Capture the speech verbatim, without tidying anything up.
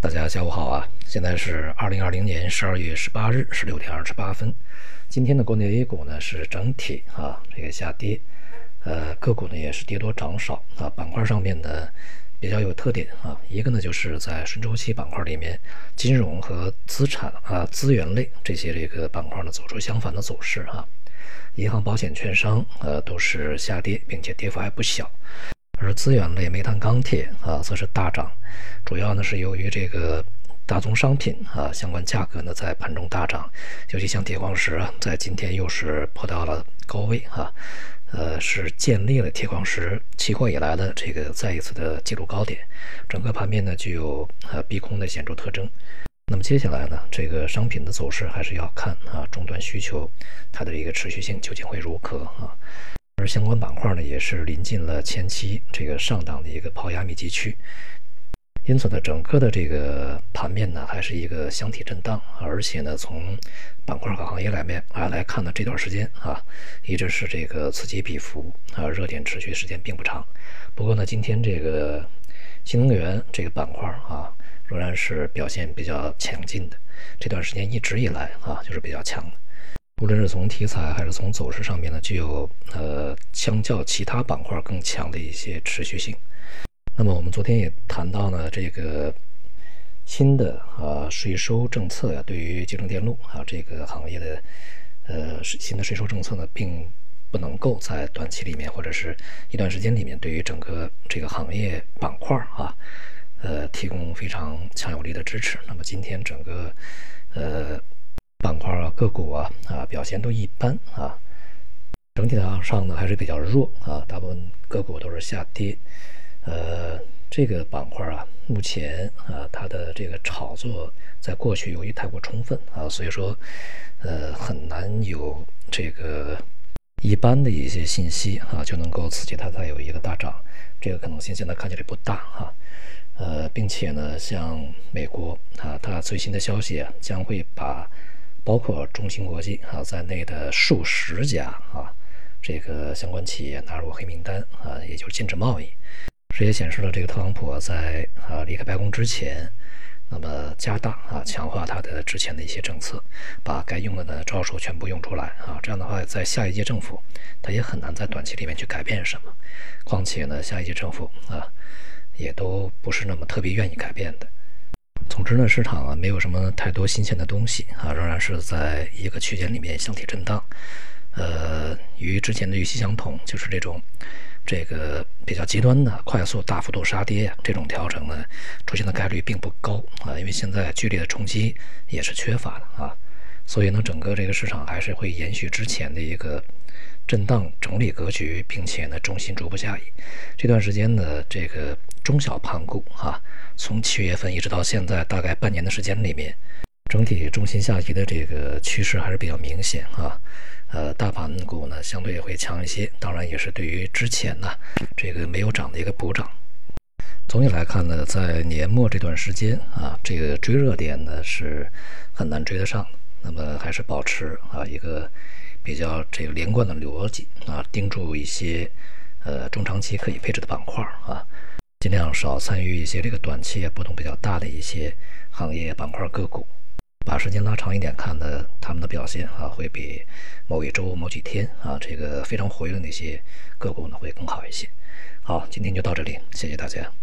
大家下午好啊！现在是二零二零年十二月十八日十六点二十八分。今天的国内 A 股呢是整体啊这个下跌，呃个股呢也是跌多涨少啊。板块上面呢比较有特点啊，一个呢就是在顺周期板块里面，金融和资产啊资源类这些这个板块呢走出相反的走势啊。银行、保险、券商呃都是下跌，并且跌幅还不小。而资源类、煤炭、钢铁啊，则是大涨，主要呢是由于这个大宗商品啊相关价格呢在盘中大涨，尤其像铁矿石啊，在今天又是破到了高位啊，呃是建立了铁矿石期货以来的这个再一次的纪录高点，整个盘面呢具有呃逼空的显著特征。那么接下来呢，这个商品的走势还是要看啊终端需求它的一个持续性究竟会如何啊。而相关板块呢，也是临近了前期这个上档的一个抛压密集区，因此呢，整个的这个盘面呢，还是一个箱体震荡，而且呢，从板块和行业来面啊来看呢，这段时间啊，一直是这个此起彼伏啊，热点持续时间并不长。不过呢，今天这个新能源这个板块啊，仍然是表现比较强劲的，这段时间一直以来啊，就是比较强的。无论是从题材还是从走势上面呢，具有呃相较其他板块更强的一些持续性。那么我们昨天也谈到呢，这个新的啊税收政策呀、啊，对于集成电路啊这个行业的呃新的税收政策呢，并不能够在短期里面或者是一段时间里面，对于整个这个行业板块啊，呃提供非常强有力的支持。那么今天整个呃。板块啊、个股啊啊表现都一般啊，整体上呢还是比较弱啊，大部分个股都是下跌。呃，这个板块啊，目前啊它的这个炒作在过去由于太过充分啊，所以说呃很难有这个一般的一些信息啊就能够刺激它再有一个大涨，这个可能性现在看起来不大哈。呃，并且呢，像美国啊，它最新的消息啊，将会把包括中芯国际啊在内的数十家啊这个相关企业纳入黑名单啊，也就是禁止贸易。这也显示了这个特朗普在啊离开白宫之前，那么加大啊强化他的之前的一些政策，把该用的呢招数全部用出来啊。这样的话，在下一届政府，他也很难在短期里面去改变什么。况且呢，下一届政府啊也都不是那么特别愿意改变的。总之呢，市场啊没有什么太多新鲜的东西啊，仍然是在一个区间里面箱体震荡。呃，与之前的预期相同，就是这种这个比较极端的快速大幅度杀跌啊，这种调整呢出现的概率并不高啊，因为现在剧烈的冲击也是缺乏的啊，所以呢，整个这个市场还是会延续之前的一个震荡整理格局，并且呢重心逐步下移。这段时间呢，这个中小盘股啊，从七月份一直到现在大概半年的时间里面，整体重心下移的这个趋势还是比较明显啊。呃，大盘股呢相对会强一些，当然也是对于之前呢这个没有涨的一个补涨。总体来看呢，在年末这段时间啊，这个追热点呢是很难追得上，那么还是保持啊一个比较这个连贯的逻辑啊，盯住一些呃中长期可以配置的板块啊，尽量少参与一些这个短期波动比较大的一些行业板块个股。把时间拉长一点看呢，他们的表现啊会比某一周、某几天啊这个非常活跃的那些个股呢会更好一些。好，今天就到这里，谢谢大家。